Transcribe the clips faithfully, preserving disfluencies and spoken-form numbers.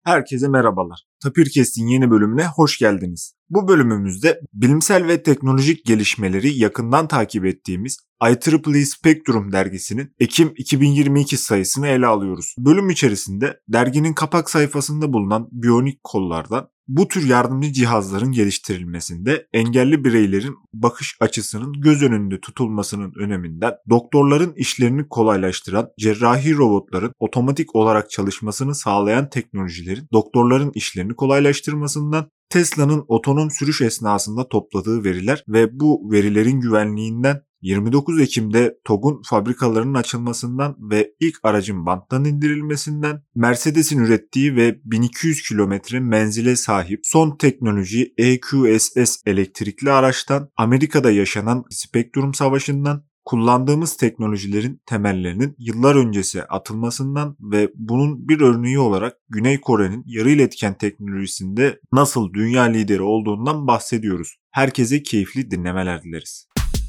Herkese merhabalar. Tapirkest'in yeni bölümüne hoş geldiniz. Bu bölümümüzde bilimsel ve teknolojik gelişmeleri yakından takip ettiğimiz I E E E Spectrum dergisinin Ekim iki bin yirmi iki sayısını ele alıyoruz. Bölüm içerisinde derginin kapak sayfasında bulunan biyonik kollardan bu tür yardımcı cihazların geliştirilmesinde engelli bireylerin bakış açısının göz önünde tutulmasının öneminden, doktorların işlerini kolaylaştıran cerrahi robotların otomatik olarak çalışmasını sağlayan teknolojilerin doktorların işlerini kolaylaştırmasından, Tesla'nın otonom sürüş esnasında topladığı veriler ve bu verilerin güvenliğinden, yirmi dokuz Ekim'de T O G'un fabrikalarının açılmasından ve ilk aracın banttan indirilmesinden, Mercedes'in ürettiği ve bin iki yüz kilometre menzile sahip son teknoloji E Q S S elektrikli araçtan, Amerika'da yaşanan Spektrum Savaşı'ndan, kullandığımız teknolojilerin temellerinin yıllar öncesi atılmasından ve bunun bir örneği olarak Güney Kore'nin yarı iletken teknolojisinde nasıl dünya lideri olduğundan bahsediyoruz. Herkese keyifli dinlemeler dileriz.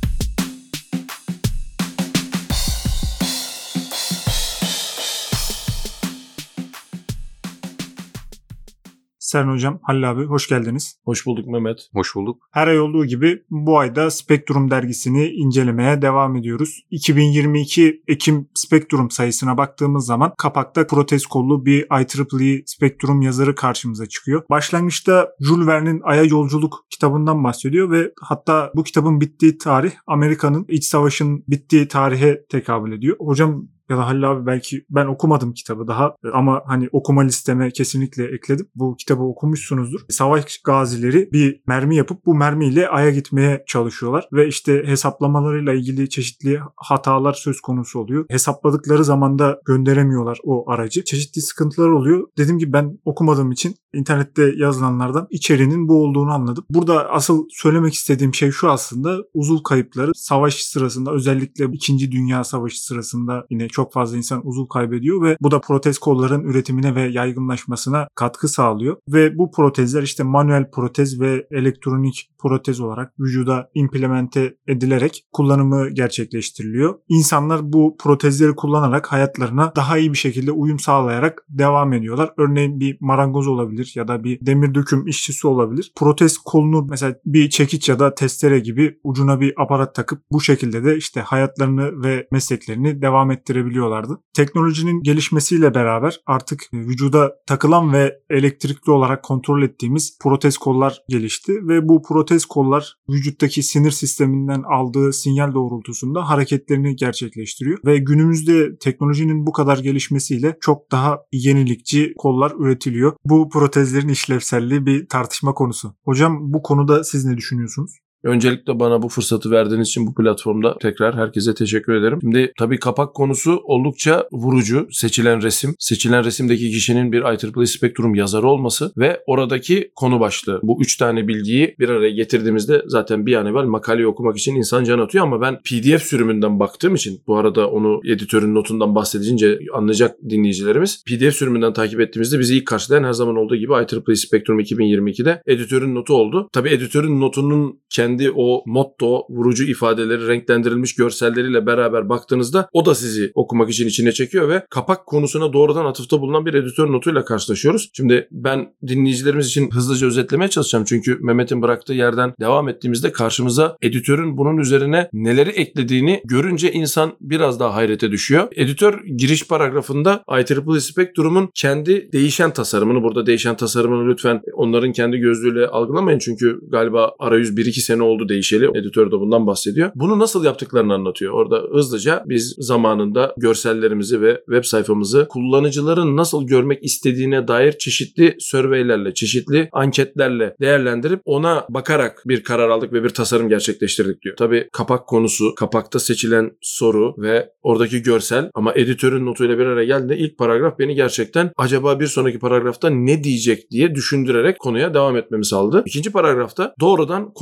Seren Hocam, Halil abi hoş geldiniz. Hoş bulduk Mehmet. Hoş bulduk. Her ay olduğu gibi bu ayda Spektrum dergisini incelemeye devam ediyoruz. iki bin yirmi iki Ekim Spektrum sayısına baktığımız zaman kapakta protez kollu bir I E E E Spektrum yazarı karşımıza çıkıyor. Başlangıçta Jules Verne'in Ay'a Yolculuk kitabından bahsediyor ve hatta bu kitabın bittiği tarih Amerika'nın İç Savaş'ın bittiği tarihe tekabül ediyor. Hocam ya da Halil abi belki ben okumadım kitabı daha ama hani okuma listeme kesinlikle ekledim. Bu kitabı okumuşsunuzdur. Savaş gazileri bir mermi yapıp bu mermiyle Ay'a gitmeye çalışıyorlar ve işte hesaplamalarıyla ilgili çeşitli hatalar söz konusu oluyor. Hesapladıkları zamanda gönderemiyorlar o aracı. Çeşitli sıkıntılar oluyor. Dediğim gibi ben okumadığım için internette yazılanlardan içeriğinin bu olduğunu anladım. Burada asıl söylemek istediğim şey şu aslında: uzuv kayıpları savaş sırasında, özellikle İkinci Dünya Savaşı sırasında yine çok fazla insan uzuv kaybediyor ve bu da protez kolların üretimine ve yaygınlaşmasına katkı sağlıyor. Ve bu protezler işte manuel protez ve elektronik protez olarak vücuda implemente edilerek kullanımı gerçekleştiriliyor. İnsanlar bu protezleri kullanarak hayatlarına daha iyi bir şekilde uyum sağlayarak devam ediyorlar. Örneğin bir marangoz olabilir ya da bir demir döküm işçisi olabilir. Protez kolunu mesela bir çekiç ya da testere gibi ucuna bir aparat takıp bu şekilde de işte hayatlarını ve mesleklerini devam ettirebiliyorlardı. Teknolojinin gelişmesiyle beraber artık vücuda takılan ve elektrikli olarak kontrol ettiğimiz protez kollar gelişti ve bu protez kollar vücuttaki sinir sisteminden aldığı sinyal doğrultusunda hareketlerini gerçekleştiriyor ve günümüzde teknolojinin bu kadar gelişmesiyle çok daha yenilikçi kollar üretiliyor. Bu protezlerin işlevselliği bir tartışma konusu. Hocam bu konuda siz ne düşünüyorsunuz? Öncelikle bana bu fırsatı verdiğiniz için bu platformda tekrar herkese teşekkür ederim. Şimdi tabii kapak konusu oldukça vurucu. Seçilen resim, seçilen resimdeki kişinin bir I E E E Spectrum yazarı olması ve oradaki konu başlığı. Bu üç tane bilgiyi bir araya getirdiğimizde zaten bir an evvel makaleyi okumak için insan can atıyor ama ben P D F sürümünden baktığım için, bu arada onu editörün notundan bahsedince anlayacak dinleyicilerimiz, P D F sürümünden takip ettiğimizde bizi ilk karşılayan her zaman olduğu gibi I E E E Spectrum iki bin yirmi ikide editörün notu oldu. Tabii editörün notunun kendi o motto, vurucu ifadeleri, renklendirilmiş görselleriyle beraber baktığınızda o da sizi okumak için içine çekiyor ve kapak konusuna doğrudan atıfta bulunan bir editör notuyla karşılaşıyoruz. Şimdi ben dinleyicilerimiz için hızlıca özetlemeye çalışacağım çünkü Mehmet'in bıraktığı yerden devam ettiğimizde karşımıza editörün bunun üzerine neleri eklediğini görünce insan biraz daha hayrete düşüyor. Editör giriş paragrafında I E E E Spectrum'un kendi değişen tasarımını, burada değişen tasarımını lütfen onların kendi gözlüğüyle algılamayın çünkü galiba arayüz bir iki sene oldu değişeli. Editör de bundan bahsediyor. Bunu nasıl yaptıklarını anlatıyor. Orada hızlıca biz zamanında görsellerimizi ve web sayfamızı kullanıcıların nasıl görmek istediğine dair çeşitli surveylerle, çeşitli anketlerle değerlendirip ona bakarak bir karar aldık ve bir tasarım gerçekleştirdik diyor. Tabii kapak konusu, kapakta seçilen soru ve oradaki görsel ama editörün notuyla bir araya geldiğinde ilk paragraf beni gerçekten acaba bir sonraki paragrafta ne diyecek diye düşündürerek konuya devam etmemi sağladı. İkinci paragrafta doğrudan konuya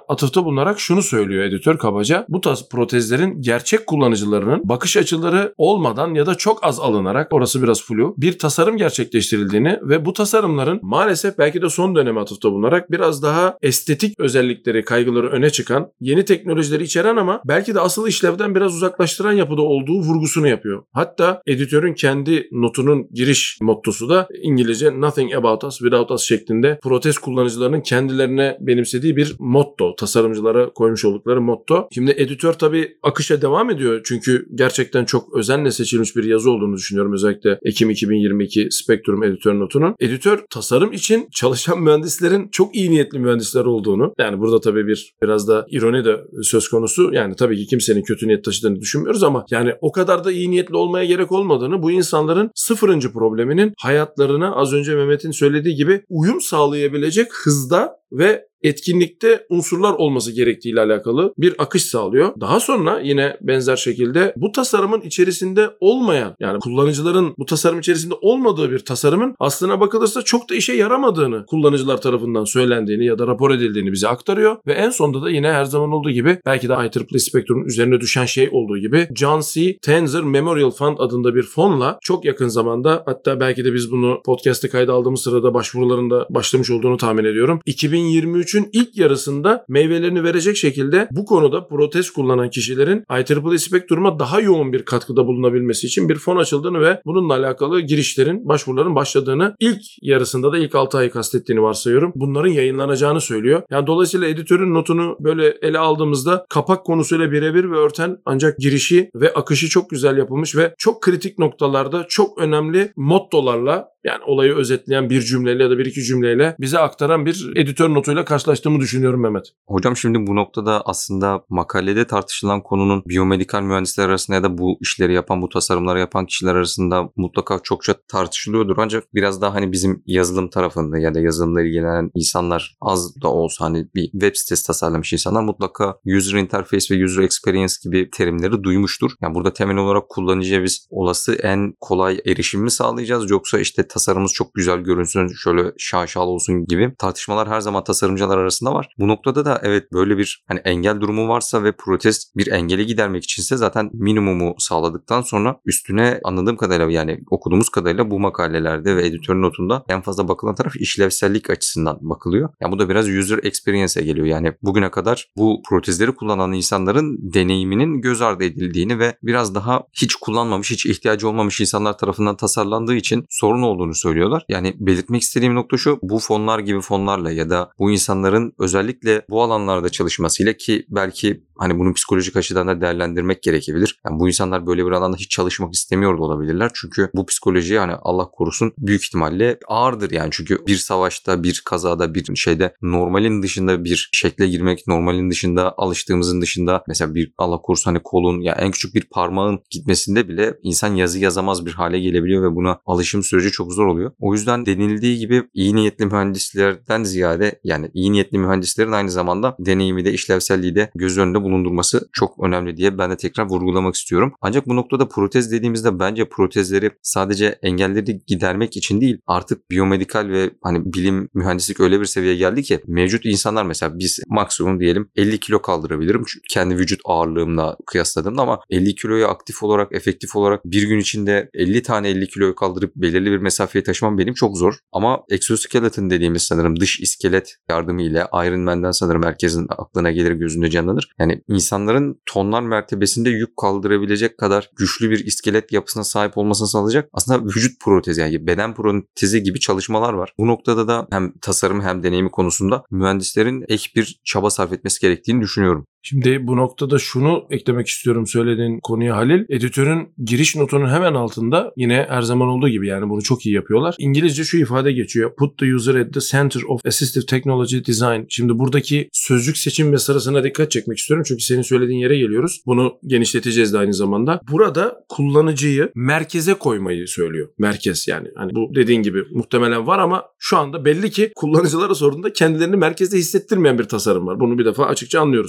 atıfta bulunarak şunu söylüyor editör kabaca. Bu tarz protezlerin gerçek kullanıcılarının bakış açıları olmadan ya da çok az alınarak, orası biraz flu, bir tasarım gerçekleştirildiğini ve bu tasarımların maalesef belki de son döneme atıfta bulunarak biraz daha estetik özellikleri, kaygıları öne çıkan, yeni teknolojileri içeren ama belki de asıl işlevden biraz uzaklaştıran yapıda olduğu vurgusunu yapıyor. Hatta editörün kendi notunun giriş mottosu da İngilizce "Nothing about us without us" şeklinde protez kullanıcılarının kendilerine benimsediği bir motto. Tasarımcılara koymuş oldukları motto. Şimdi editör tabii akışa devam ediyor. Çünkü gerçekten çok özenle seçilmiş bir yazı olduğunu düşünüyorum. Özellikle Ekim iki bin yirmi iki Spectrum editör notunun. Editör tasarım için çalışan mühendislerin çok iyi niyetli mühendisler olduğunu, yani burada tabii bir biraz da ironi de söz konusu. Yani tabii ki kimsenin kötü niyet taşıdığını düşünmüyoruz ama yani o kadar da iyi niyetli olmaya gerek olmadığını, bu insanların sıfırıncı probleminin hayatlarına az önce Mehmet'in söylediği gibi uyum sağlayabilecek hızda ve etkinlikte unsurlar olması gerektiğiyle alakalı bir akış sağlıyor. Daha sonra yine benzer şekilde bu tasarımın içerisinde olmayan, yani kullanıcıların bu tasarım içerisinde olmadığı bir tasarımın aslına bakılırsa çok da işe yaramadığını kullanıcılar tarafından söylendiğini ya da rapor edildiğini bize aktarıyor ve en sonunda da yine her zaman olduğu gibi belki de I E E E Spectrum'un üzerine düşen şey olduğu gibi John C. Tenzer Memorial Fund adında bir fonla çok yakın zamanda, hatta belki de biz bunu podcast'te kayda aldığımız sırada başvurularında başlamış olduğunu tahmin ediyorum. iki bin yirmi üçün ilk yarısında meyvelerini verecek şekilde bu konuda protez kullanan kişilerin I E E E Spectrum'a daha yoğun bir katkıda bulunabilmesi için bir fon açıldığını ve bununla alakalı girişlerin, başvuruların başladığını, ilk yarısında da ilk altı ayı kastettiğini varsayıyorum. Bunların yayınlanacağını söylüyor. Yani dolayısıyla editörün notunu böyle ele aldığımızda kapak konusuyla birebir ve örten, ancak girişi ve akışı çok güzel yapılmış ve çok kritik noktalarda çok önemli mottolarla, yani olayı özetleyen bir cümleyle ya da bir iki cümleyle bize aktaran bir editör notuyla karşılaştığımı düşünüyorum Mehmet. Hocam şimdi bu noktada aslında makalede tartışılan konunun biyomedikal mühendisler arasında ya da bu işleri yapan, bu tasarımları yapan kişiler arasında mutlaka çokça tartışılıyordur. Ancak biraz daha hani bizim yazılım tarafında ya da yazılımla ilgilenen insanlar az da olsa, hani bir web sitesi tasarlamış insanlar mutlaka user interface ve user experience gibi terimleri duymuştur. Yani burada temel olarak kullanıcıya biz olası en kolay erişimi sağlayacağız, yoksa işte tasarımımız çok güzel görünsün, şöyle şaşalı olsun gibi tartışmalar her zaman tasarımcılar arasında var. Bu noktada da evet, böyle bir hani engel durumu varsa ve protez bir engeli gidermek içinse zaten minimumu sağladıktan sonra üstüne anladığım kadarıyla, yani okuduğumuz kadarıyla bu makalelerde ve editörün notunda en fazla bakılan taraf işlevsellik açısından bakılıyor. Yani bu da biraz user experience'e geliyor. Yani bugüne kadar bu protezleri kullanan insanların deneyiminin göz ardı edildiğini ve biraz daha hiç kullanmamış, hiç ihtiyacı olmamış insanlar tarafından tasarlandığı için sorun olduğunu söylüyorlar. Yani belirtmek istediğim nokta şu: bu fonlar gibi fonlarla ya da bu insanların özellikle bu alanlarda çalışmasıyla, ki belki hani bunu psikolojik açıdan da değerlendirmek gerekebilir. Yani bu insanlar böyle bir alanda hiç çalışmak istemiyor da olabilirler. Çünkü bu psikoloji, yani Allah korusun, büyük ihtimalle ağırdır yani. Çünkü bir savaşta, bir kazada, bir şeyde normalin dışında bir şekle girmek, normalin dışında, alıştığımızın dışında, mesela bir Allah korusun hani kolun ya en küçük bir parmağın gitmesinde bile insan yazı yazamaz bir hale gelebiliyor ve buna alışım süreci çok zor oluyor. O yüzden denildiği gibi iyi niyetli mühendislerden ziyade, yani iyi niyetli mühendislerin aynı zamanda deneyimi de işlevselliği de göz önünde bulundurması çok önemli diye ben de tekrar vurgulamak istiyorum. Ancak bu noktada protez dediğimizde bence protezleri sadece engelleri gidermek için değil, artık biyomedikal ve hani bilim, mühendislik öyle bir seviyeye geldi ki mevcut insanlar, mesela biz maksimum diyelim elli kilo kaldırabilirim kendi vücut ağırlığımla kıyasladığımda, ama elli kiloyu aktif olarak, efektif olarak bir gün içinde elli tane elli kiloyu kaldırıp belirli bir mesafeye taşımam benim çok zor. Ama exoskeleton dediğimiz sanırım dış iskelet yardımıyla, Iron Man'den sanırım herkesin aklına gelir, gözünde canlanır. Yani insanların tonlar mertebesinde yük kaldırabilecek kadar güçlü bir iskelet yapısına sahip olmasını sağlayacak aslında vücut protezi, yani beden protezi gibi çalışmalar var. Bu noktada da hem tasarım hem deneyimi konusunda mühendislerin ek bir çaba sarf etmesi gerektiğini düşünüyorum. Şimdi bu noktada şunu eklemek istiyorum söylediğin konuya Halil. Editörün giriş notunun hemen altında yine her zaman olduğu gibi, yani bunu çok iyi yapıyorlar, İngilizce şu ifade geçiyor: Put the user at the center of assistive technology design. Şimdi buradaki sözcük seçim ve sırasına dikkat çekmek istiyorum. Çünkü senin söylediğin yere geliyoruz. Bunu genişleteceğiz de aynı zamanda. Burada kullanıcıyı merkeze koymayı söylüyor. Merkez, yani hani bu dediğin gibi muhtemelen var ama şu anda belli ki kullanıcılara sorduğunda kendilerini merkezde hissettirmeyen bir tasarım var. Bunu bir defa açıkça anlıyoruz. İkinci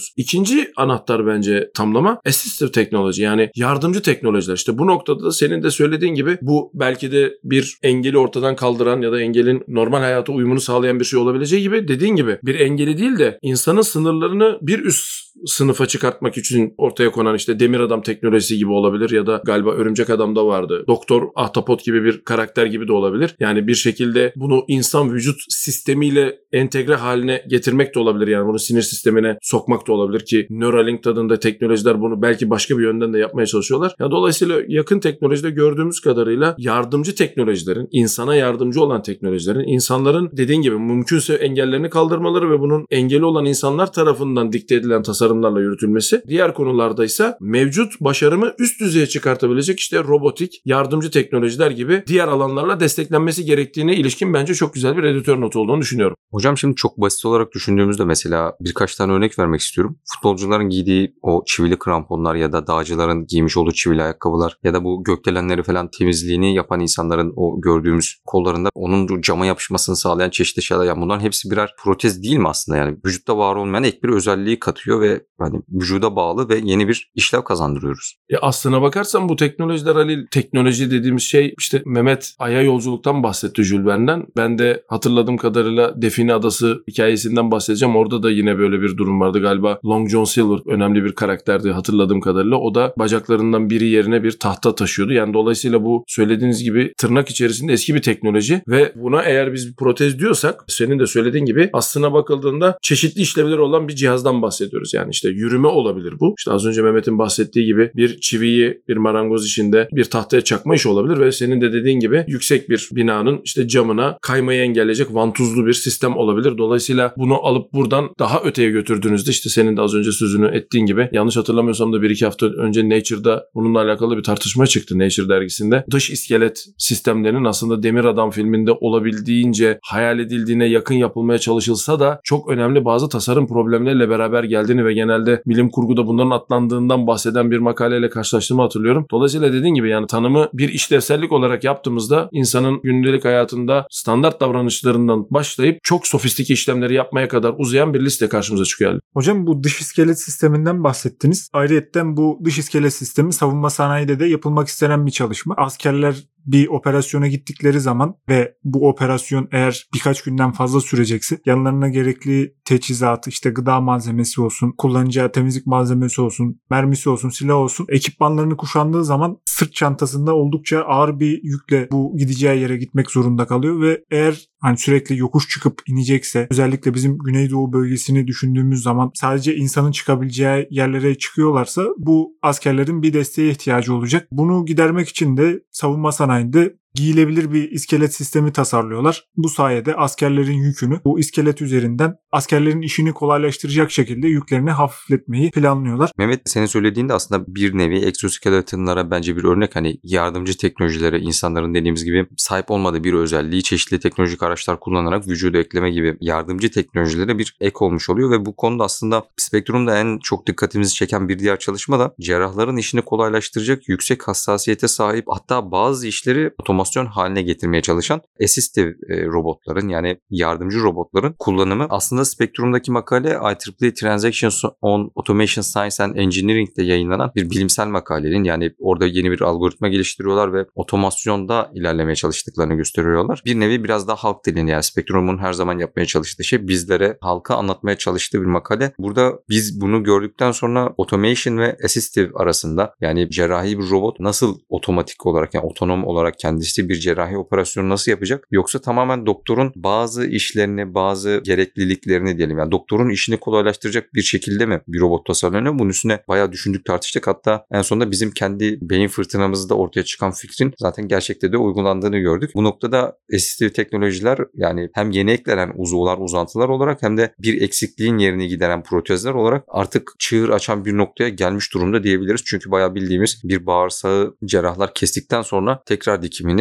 İkinci anahtar bence tamlama assistive teknoloji, yani yardımcı teknolojiler. İşte bu noktada da senin de söylediğin gibi bu belki de bir engeli ortadan kaldıran ya da engelin normal hayata uyumunu sağlayan bir şey olabileceği gibi, dediğin gibi bir engeli değil de insanın sınırlarını bir üst sınıfa çıkartmak için ortaya konan işte demir adam teknolojisi gibi olabilir ya da galiba örümcek adamda vardı. Doktor Ahtapot gibi bir karakter gibi de olabilir. Yani bir şekilde bunu insan vücut sistemiyle entegre haline getirmek de olabilir. Yani bunu sinir sistemine sokmak da olabilir ki Neuralink tadında teknolojiler bunu belki başka bir yönden de yapmaya çalışıyorlar. Yani dolayısıyla yakın teknolojide gördüğümüz kadarıyla yardımcı teknolojilerin, insana yardımcı olan teknolojilerin, insanların dediğin gibi mümkünse engellerini kaldırmaları ve bunun engeli olan insanlar tarafından dikte edilen tasarımlarla yürütülmesi. Diğer konularda ise mevcut başarımı üst düzeye çıkartabilecek işte robotik, yardımcı teknolojiler gibi diğer alanlarla desteklenmesi gerektiğine ilişkin bence çok güzel bir editör notu olduğunu düşünüyorum. Hocam şimdi çok basit olarak düşündüğümüzde mesela birkaç tane örnek vermek istiyorum. Futbolcuların giydiği o çivili kramponlar ya da dağcıların giymiş olduğu çivili ayakkabılar ya da bu gökdelenleri falan temizliğini yapan insanların o gördüğümüz kollarında onun cama yapışmasını sağlayan çeşitli şeyler. Yani bunların hepsi birer protez değil mi aslında? Yani vücutta var olmayan ek bir özelliği katıyor ve hani vücuda bağlı ve yeni bir işlev kazandırıyoruz. Ya aslına bakarsan bu teknolojiler, Halil, teknoloji dediğimiz şey işte Mehmet Ay'a yolculuktan bahsetti Jules Verne'den. Ben de hatırladığım kadarıyla Define Adası hikayesinden bahsedeceğim. Orada da yine böyle bir durum vardı galiba. Long John Silver önemli bir karakterdi hatırladığım kadarıyla. O da bacaklarından biri yerine bir tahta taşıyordu. Yani dolayısıyla bu söylediğiniz gibi tırnak içerisinde eski bir teknoloji ve buna eğer biz bir protez diyorsak senin de söylediğin gibi aslına bakıldığında çeşitli işlevleri olan bir cihazdan bahsediyoruz. Yani işte yürüme olabilir bu. İşte az önce Mehmet'in bahsettiği gibi bir çiviyi bir marangoz işinde bir tahtaya çakma işi olabilir ve senin de dediğin gibi yüksek bir binanın işte camına kaymayı engelleyecek vantuzlu bir sistem olabilir. Dolayısıyla bunu alıp buradan daha öteye götürdüğünüzde işte senin de az önce sözünü ettiğin gibi, yanlış hatırlamıyorsam da bir iki hafta önce Nature'da bununla alakalı bir tartışma çıktı Nature dergisinde. Dış iskelet sistemlerinin aslında Demir Adam filminde olabildiğince hayal edildiğine yakın yapılmaya çalışılsa da çok önemli bazı tasarım problemleriyle beraber geldiğini ve genelde bilim kurguda bunların atlandığından bahseden bir makaleyle karşılaştığımı hatırlıyorum. Dolayısıyla dediğin gibi yani tanımı bir işlevsellik olarak yaptığımızda insanın gündelik hayatında standart davranışlarından başlayıp çok sofistike işlemleri yapmaya kadar uzayan bir liste karşımıza çıkıyor. Hocam bu dış iskelet sisteminden bahsettiniz. Ayrıyeten bu dış iskelet sistemi savunma sanayide de yapılmak istenen bir çalışma. Askerler bir operasyona gittikleri zaman ve bu operasyon eğer birkaç günden fazla sürecekse yanlarına gerekli teçhizatı, işte gıda malzemesi olsun, kullanacağı temizlik malzemesi olsun, mermisi olsun, silah olsun, ekipmanlarını kuşandığı zaman sırt çantasında oldukça ağır bir yükle bu gideceği yere gitmek zorunda kalıyor ve eğer hani sürekli yokuş çıkıp inecekse, özellikle bizim Güneydoğu bölgesini düşündüğümüz zaman sadece insanın çıkabileceği yerlere çıkıyorlarsa bu askerlerin bir desteğe ihtiyacı olacak. Bunu gidermek için de savunma sanayinde giyilebilir bir iskelet sistemi tasarlıyorlar. Bu sayede askerlerin yükünü bu iskelet üzerinden askerlerin işini kolaylaştıracak şekilde yüklerini hafifletmeyi planlıyorlar. Mehmet, senin söylediğinde aslında bir nevi egzoskeletonlara bence bir örnek, hani yardımcı teknolojilere insanların dediğimiz gibi sahip olmadığı bir özelliği çeşitli teknolojik araçlar kullanarak vücuda ekleme gibi yardımcı teknolojilere bir ek olmuş oluyor ve bu konuda aslında Spektrum'da en çok dikkatimizi çeken bir diğer çalışma da cerrahların işini kolaylaştıracak yüksek hassasiyete sahip, hatta bazı işleri otomasyon haline getirmeye çalışan assistive robotların, yani yardımcı robotların kullanımı. Aslında Spektrum'daki makale I triple E Transactions on Automation Science and Engineering'de yayınlanan bir bilimsel makalenin, yani orada yeni bir algoritma geliştiriyorlar ve otomasyonda ilerlemeye çalıştıklarını gösteriyorlar. Bir nevi biraz daha halk dilini, yani Spektrum'un her zaman yapmaya çalıştığı şey bizlere, halka anlatmaya çalıştığı bir makale. Burada biz bunu gördükten sonra automation ve assistive arasında, yani cerrahi bir robot nasıl otomatik olarak, yani otonom olarak kendisi bir cerrahi operasyonu nasıl yapacak? Yoksa tamamen doktorun bazı işlerini, bazı gerekliliklerini diyelim, yani doktorun işini kolaylaştıracak bir şekilde mi bir robot tasarlanıyor? Bunun üstüne bayağı düşündük, tartıştık. Hatta en sonunda bizim kendi beyin fırtınamızda ortaya çıkan fikrin zaten gerçekte de uygulandığını gördük. Bu noktada assistive teknolojiler, yani hem yeni eklenen uzuvlar, uzantılar olarak hem de bir eksikliğin yerini gideren protezler olarak artık çığır açan bir noktaya gelmiş durumda diyebiliriz. Çünkü bayağı bildiğimiz bir bağırsağı cerrahlar kestikten sonra tekrar dikimini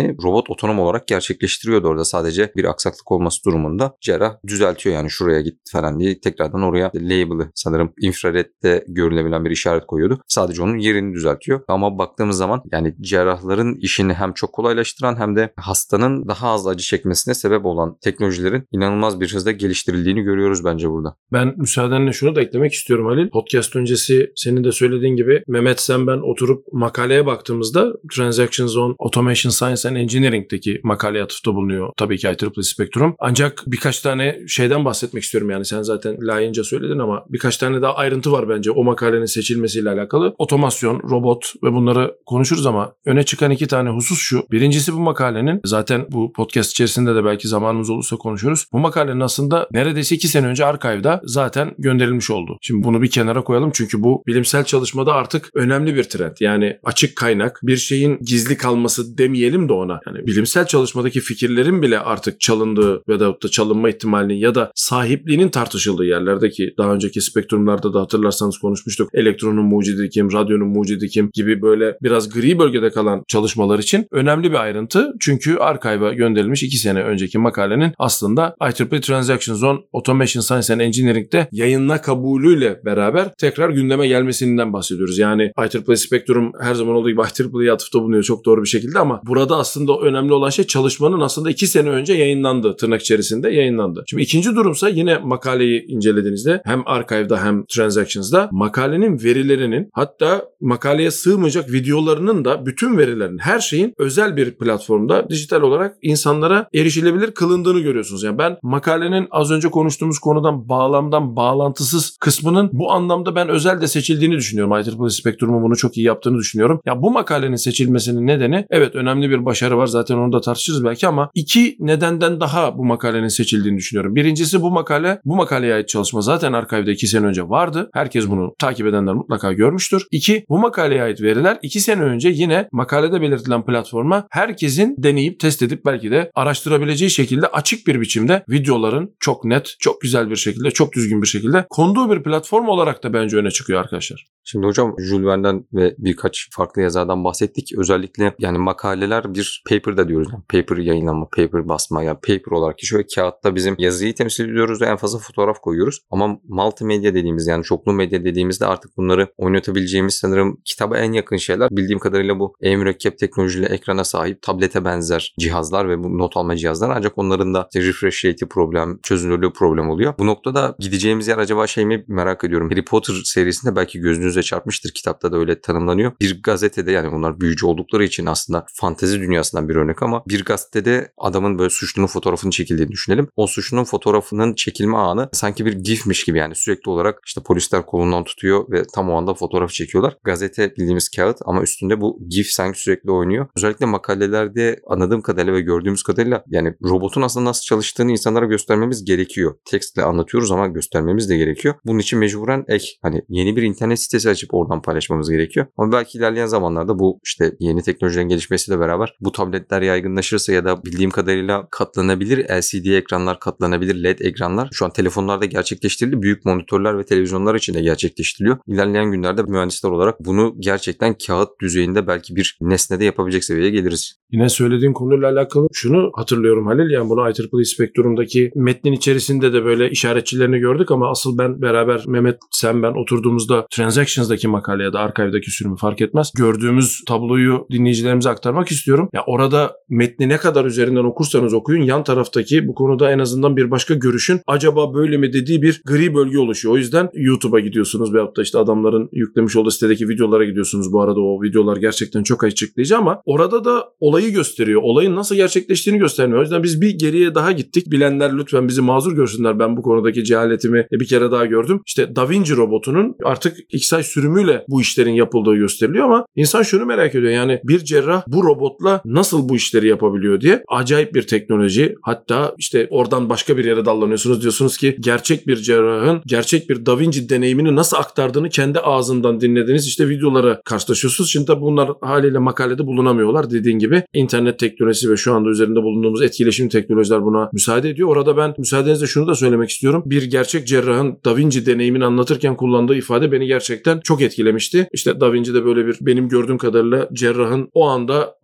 işlemini robot otonom olarak gerçekleştiriyordu orada. Sadece bir aksaklık olması durumunda cerrah düzeltiyor, yani şuraya git falan diye tekrardan oraya label'ı sanırım infraredde görülebilen bir işaret koyuyordu. Sadece onun yerini düzeltiyor. Ama baktığımız zaman yani cerrahların işini hem çok kolaylaştıran hem de hastanın daha az acı çekmesine sebep olan teknolojilerin inanılmaz bir hızda geliştirildiğini görüyoruz bence burada. Ben müsaadenle şunu da eklemek istiyorum Halil. Podcast öncesi senin de söylediğin gibi Mehmet sen ben oturup makaleye baktığımızda Transactions on Automation Science and Engineering'deki makaleye atıfta bulunuyor tabii ki I E E E Spectrum. Ancak birkaç tane şeyden bahsetmek istiyorum, yani sen zaten layığınca söyledin ama birkaç tane daha ayrıntı var bence o makalenin seçilmesiyle alakalı. Otomasyon, robot ve bunları konuşuruz ama öne çıkan iki tane husus şu. Birincisi bu makalenin, zaten bu podcast içerisinde de belki zamanımız olursa konuşuruz. Bu makalenin aslında neredeyse iki sene önce Archive'da zaten gönderilmiş oldu. Şimdi bunu bir kenara koyalım çünkü bu bilimsel çalışmada artık önemli bir trend. Yani açık kaynak, bir şeyin gizli kalması demeyelim de ona. Yani bilimsel çalışmadaki fikirlerin bile artık çalındığı ve da çalınma ihtimalinin ya da sahipliğinin tartışıldığı yerlerdeki daha önceki spektrumlarda da hatırlarsanız konuşmuştuk. Elektronun mucidi kim, radyonun mucidi kim gibi böyle biraz gri bölgede kalan çalışmalar için önemli bir ayrıntı. Çünkü Archive'a gönderilmiş iki sene önceki makalenin aslında I E E E Transactions on Automation Science and Engineering'de yayınla kabulüyle beraber tekrar gündeme gelmesinden bahsediyoruz. Yani I E E E Spectrum her zaman olduğu gibi I E E E'ye atıfta bulunuyor çok doğru bir şekilde ama burada aslında önemli olan şey çalışmanın aslında iki sene önce yayınlandı. Tırnak içerisinde yayınlandı. Şimdi ikinci durumsa yine makaleyi incelediğinizde hem Archive'da hem Transactions'da makalenin verilerinin, hatta makaleye sığmayacak videolarının da bütün verilerin, her şeyin özel bir platformda dijital olarak insanlara erişilebilir kılındığını görüyorsunuz. Yani ben makalenin az önce konuştuğumuz konudan bağlamdan bağlantısız kısmının bu anlamda ben özel de seçildiğini düşünüyorum. I E E E Spectrum'un bunu çok iyi yaptığını düşünüyorum. Ya bu makalenin seçilmesinin nedeni, evet önemli bir başarı var, zaten onu da tartışırız belki ama iki nedenden daha bu makalenin seçildiğini düşünüyorum. Birincisi bu makale, bu makaleye ait çalışma zaten Archive'da iki sene önce vardı. Herkes bunu takip edenler mutlaka görmüştür. İki, bu makaleye ait veriler iki sene önce yine makalede belirtilen platforma herkesin deneyip test edip belki de araştırabileceği şekilde açık bir biçimde videoların çok net, çok güzel bir şekilde, çok düzgün bir şekilde konduğu bir platform olarak da bence öne çıkıyor arkadaşlar. Şimdi hocam Jules Verne'den ve birkaç farklı yazardan bahsettik. Özellikle yani makaleler bir paper da diyoruz. Yani paper yayınlanma, paper basma, yani paper olarak geçiyor ve kağıtta bizim yazıyı temsil ediyoruz ve en fazla fotoğraf koyuyoruz. Ama multimedya dediğimiz, yani çoklu medya dediğimizde artık bunları oynatabileceğimiz sanırım kitaba en yakın şeyler. Bildiğim kadarıyla bu e-mürekkep teknolojili ekrana sahip tablete benzer cihazlar ve bu not alma cihazlar, ancak onların da refresh rate'i problem, çözünürlüğü problem oluyor. Bu noktada gideceğimiz yer acaba şey mi merak ediyorum. Harry Potter serisinde belki gözünüze çarpmıştır. Kitapta da öyle tanımlanıyor. Bir gazetede, yani onlar büyücü oldukları için aslında fantezi dünyasından bir örnek ama bir gazetede adamın böyle suçlunun fotoğrafını çekildiğini düşünelim. O suçlunun fotoğrafının çekilme anı sanki bir gifmiş gibi, yani sürekli olarak işte polisler kolundan tutuyor ve tam o anda fotoğraf çekiyorlar. Gazete bildiğimiz kağıt ama üstünde bu gif sanki sürekli oynuyor. Özellikle makalelerde anladığım kadarıyla ve gördüğümüz kadarıyla yani robotun aslında nasıl çalıştığını insanlara göstermemiz gerekiyor. Tekstle anlatıyoruz ama göstermemiz de gerekiyor. Bunun için mecburen ek, hani yeni bir internet sitesi açıp oradan paylaşmamız gerekiyor. Ama belki ilerleyen zamanlarda bu işte yeni teknolojilerin gelişmesiyle beraber bu tabletler yaygınlaşırsa ya da bildiğim kadarıyla katlanabilir L C D ekranlar, katlanabilir L E D ekranlar şu an telefonlarda gerçekleştirildi. Büyük monitörler ve televizyonlar için de gerçekleştiriliyor. İlerleyen günlerde mühendisler olarak bunu gerçekten kağıt düzeyinde belki bir nesnede yapabilecek seviyeye geliriz. Yine söylediğin konuyla alakalı şunu hatırlıyorum Halil, yani bunu I E E E Spectrum'daki metnin içerisinde de böyle işaretçilerini gördük ama asıl ben beraber Mehmet, sen, ben oturduğumuzda Transactions'daki makale ya da Archive'daki sürümü fark etmez, gördüğümüz tabloyu dinleyicilerimize aktarmak istiyorum. Ya orada metni ne kadar üzerinden okursanız okuyun, yan taraftaki bu konuda en azından bir başka görüşün acaba böyle mi dediği bir gri bölge oluşuyor. O yüzden YouTube'a gidiyorsunuz veyahut da işte adamların yüklemiş olduğu sitedeki videolara gidiyorsunuz. Bu arada o videolar gerçekten çok açıklayıcı ama orada da olayı gösteriyor. Olayın nasıl gerçekleştiğini göstermiyor. O yüzden biz bir geriye daha gittik. Bilenler lütfen bizi mazur görsünler. Ben bu konudaki cehaletimi bir kere daha gördüm. İşte Da Vinci robotunun artık X R sürümüyle bu işlerin yapıldığı gösteriliyor ama insan şunu merak ediyor. Yani bir cerrah bu robotla nasıl bu işleri yapabiliyor diye. Acayip bir teknoloji. Hatta işte oradan başka bir yere dallanıyorsunuz. Diyorsunuz ki gerçek bir cerrahın gerçek bir Da Vinci deneyimini nasıl aktardığını kendi ağzından dinlediğiniz işte videolara karşılaşıyorsunuz. Şimdi tabi bunlar haliyle makalede bulunamıyorlar. Dediğin gibi internet teknolojisi ve şu anda üzerinde bulunduğumuz etkileşim teknolojiler buna müsaade ediyor. Orada ben müsaadenizle şunu da söylemek istiyorum. Bir gerçek cerrahın Da Vinci deneyimini anlatırken kullandığı ifade beni gerçekten çok etkilemişti. İşte Da Vinci'de böyle bir, benim gördüğüm kadarıyla cerrahın o anda operasyon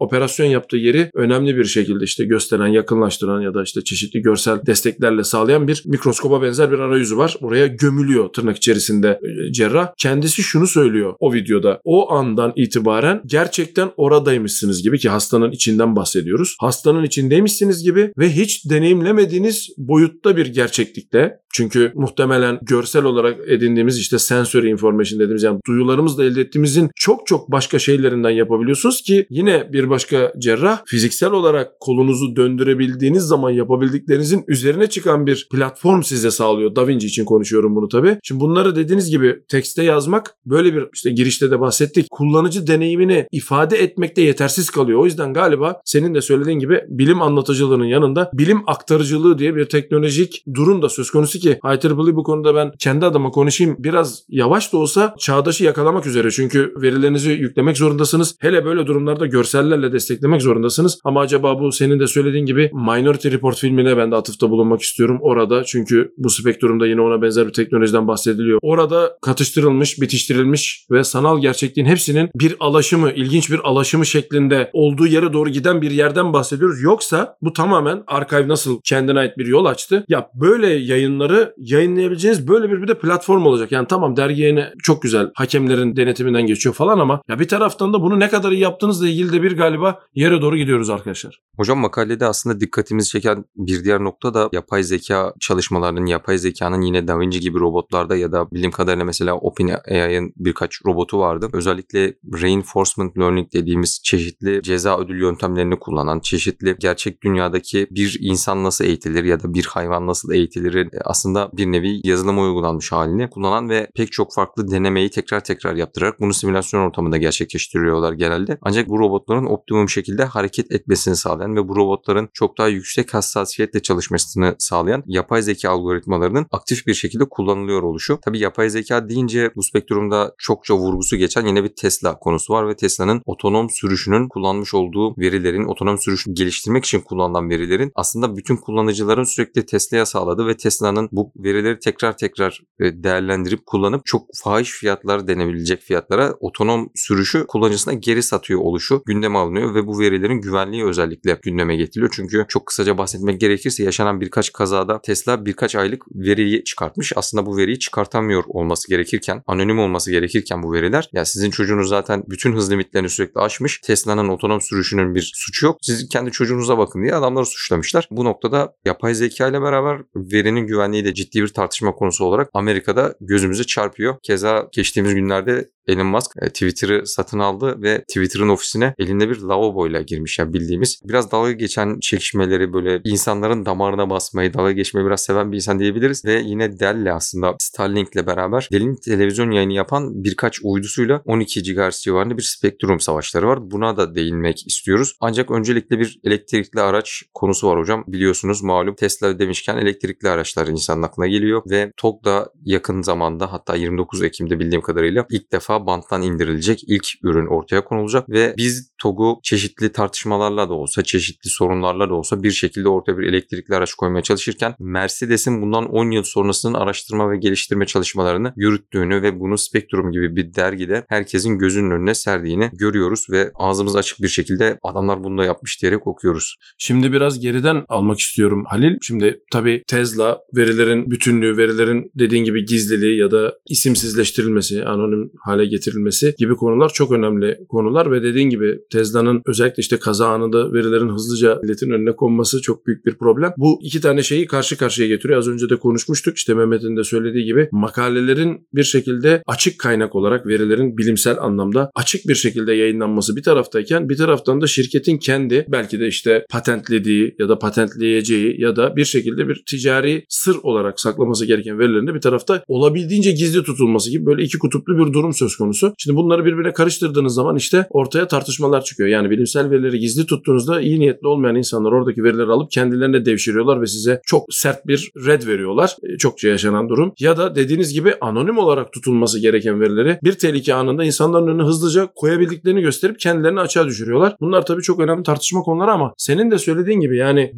yaptığı yeri önemli bir şekilde işte gösteren, yakınlaştıran ya da işte çeşitli görsel desteklerle sağlayan bir mikroskoba benzer bir arayüzü var. Oraya gömülüyor tırnak içerisinde cerrah. Kendisi şunu söylüyor o videoda. O andan itibaren gerçekten oradaymışsınız gibi, ki hastanın içinden bahsediyoruz. Hastanın içindeymişsiniz gibi ve hiç deneyimlemediğiniz boyutta bir gerçeklikte. Çünkü muhtemelen görsel olarak edindiğimiz işte sensory information dediğimiz, yani duyularımızla elde ettiğimizin çok çok başka şeylerinden yapabiliyorsunuz ki yine bir başka cerrah fiziksel olarak kolunuzu döndürebildiğiniz zaman yapabildiklerinizin üzerine çıkan bir platform size sağlıyor. Da Vinci için konuşuyorum bunu tabii. Şimdi bunları dediğiniz gibi tekste yazmak, böyle bir işte girişte de bahsettik, kullanıcı deneyimini ifade etmekte yetersiz kalıyor. O yüzden galiba senin de söylediğin gibi bilim anlatıcılığının yanında bilim aktarıcılığı diye bir teknolojik durum da söz konusu ki I E E E bu konuda ben kendi adıma konuşayım. Biraz yavaş da olsa çağdaşı yakalamak üzere. Çünkü verilerinizi yüklemek zorundasınız. Hele böyle durumlarda görsellerle desteklemek zorundasınız. Ama acaba bu senin de söylediğin gibi Minority Report filmine ben de atıfta bulunmak istiyorum orada. Çünkü bu spektrumda yine ona benzer bir teknolojiden bahsediliyor. Orada katıştırılmış, bitiştirilmiş ve sanal gerçekliğin hepsinin bir alaşımı, ilginç bir alaşımı şeklinde olduğu yere doğru giden bir yerden bahsediyoruz. Yoksa bu tamamen Archive nasıl kendine ait bir yol açtı. Ya böyle yayınları yayınlayabileceğiniz böyle bir bir de platform olacak. Yani tamam, dergi yayını çok güzel, hakemlerin denetiminden geçiyor falan ama ya bir taraftan da bunu ne kadar iyi yaptığınızla ilgili de bir galiba yere doğru gidiyoruz arkadaşlar. Hocam makalede aslında dikkatimizi çeken bir diğer nokta da yapay zeka çalışmalarının, yapay zekanın yine Da Vinci gibi robotlarda ya da bildiğim kadarıyla mesela OpenAI'ın birkaç robotu vardı. Özellikle reinforcement learning dediğimiz çeşitli ceza ödül yöntemlerini kullanan, çeşitli gerçek dünyadaki bir insan nasıl eğitilir ya da bir hayvan nasıl eğitilir aslında bir nevi yazılıma uygulanmış halini kullanan ve pek çok farklı denemeyi tekrar tekrar yaptırarak bunu simülasyon ortamında gerçekleştiriyorlar genelde. Ancak bu robotların optimum şekilde hareket etmesini sağlayan ve bu robotların çok daha yüksek hassasiyetle çalışmasını sağlayan yapay zeka algoritmalarının aktif bir şekilde kullanılıyor oluşu. Tabii yapay zeka deyince bu spektrumda çokça vurgusu geçen yine bir Tesla konusu var ve Tesla'nın otonom sürüşünün kullanmış olduğu verilerin, otonom sürüşünü geliştirmek için kullanılan verilerin aslında bütün kullanıcıların sürekli Tesla'ya sağladığı ve Tesla'nın bu verileri tekrar tekrar değerlendirip kullanıp çok fahiş fiyatlar denebilecek fiyatlara otonom sürüşü kullanıcısına geri satıyor oluşu gündeme alınıyor ve bu verilerin güvenliği özellikle gündeme getiriliyor. Çünkü çok kısaca bahsetmek gerekirse yaşanan birkaç kazada Tesla birkaç aylık veriyi çıkartmış. Aslında bu veriyi çıkartamıyor olması gerekirken, anonim olması gerekirken bu veriler, ya sizin çocuğunuz zaten bütün hız limitlerini sürekli aşmış. Tesla'nın otonom sürüşünün bir suçu yok. Siz kendi çocuğunuza bakın diye adamları suçlamışlar. Bu noktada yapay zeka ile beraber verinin güvenliği de ciddi bir tartışma konusu olarak Amerika'da gözümüze çarpıyor. Keza geçtiğimiz günlerde Elon Musk Twitter'ı satın aldı ve Twitter'ın ofisine elinde bir lavaboyla girmiş. Yani bildiğimiz biraz dalga geçen çekişmeleri, böyle insanların damarına basmayı, dalga geçmeyi biraz seven bir insan diyebiliriz. Ve yine Dell'le aslında Starlink'le beraber Dell'in televizyon yayını yapan birkaç uydusuyla on iki gigahertz civarında bir spektrum savaşları var. Buna da değinmek istiyoruz. Ancak öncelikle bir elektrikli araç konusu var hocam. Biliyorsunuz malum Tesla demişken elektrikli araçlar insanın aklına geliyor ve T O G da yakın zamanda, hatta yirmi dokuz Ekim'de bildiğim kadarıyla ilk defa banttan indirilecek ilk ürün ortaya konulacak ve biz T O G'u çeşitli tartışmalarla da olsa, çeşitli sorunlarla da olsa bir şekilde ortaya bir elektrikli araç koymaya çalışırken Mercedes'in bundan on yıl sonrasının araştırma ve geliştirme çalışmalarını yürüttüğünü ve bunu Spektrum gibi bir dergide herkesin gözünün önüne serdiğini görüyoruz ve ağzımız açık bir şekilde adamlar bunu da yapmış diyerek okuyoruz. Şimdi biraz geriden almak istiyorum Halil. Şimdi tabii Tesla, verilerin bütünlüğü, verilerin dediğin gibi gizliliği ya da isimsizleştirilmesi, anonim hale getirilmesi gibi konular çok önemli konular ve dediğin gibi Tesla'nın özellikle işte kaza anında verilerin hızlıca milletin önüne konması çok büyük bir problem. Bu iki tane şeyi karşı karşıya getiriyor. Az önce de konuşmuştuk. İşte Mehmet'in de söylediği gibi makalelerin bir şekilde açık kaynak olarak verilerin bilimsel anlamda açık bir şekilde yayınlanması bir taraftayken bir taraftan da şirketin kendi belki de işte patentlediği ya da patentleyeceği ya da bir şekilde bir ticari sır olarak saklaması gereken verilerin de bir tarafta olabildiğince gizli tutulması gibi böyle iki kutuplu bir durum söz konusu. Şimdi bunları birbirine karıştırdığınız zaman işte ortaya tartışmalar çıkıyor. Yani bilimsel verileri gizli tuttuğunuzda iyi niyetli olmayan insanlar oradaki verileri alıp kendilerine devşiriyorlar ve size çok sert bir red veriyorlar. E, çokça yaşanan durum. Ya da dediğiniz gibi anonim olarak tutulması gereken verileri bir tehlike anında insanların önüne hızlıca koyabildiklerini gösterip kendilerini açığa düşürüyorlar. Bunlar tabii çok önemli tartışma konuları ama senin de söylediğin gibi yani bir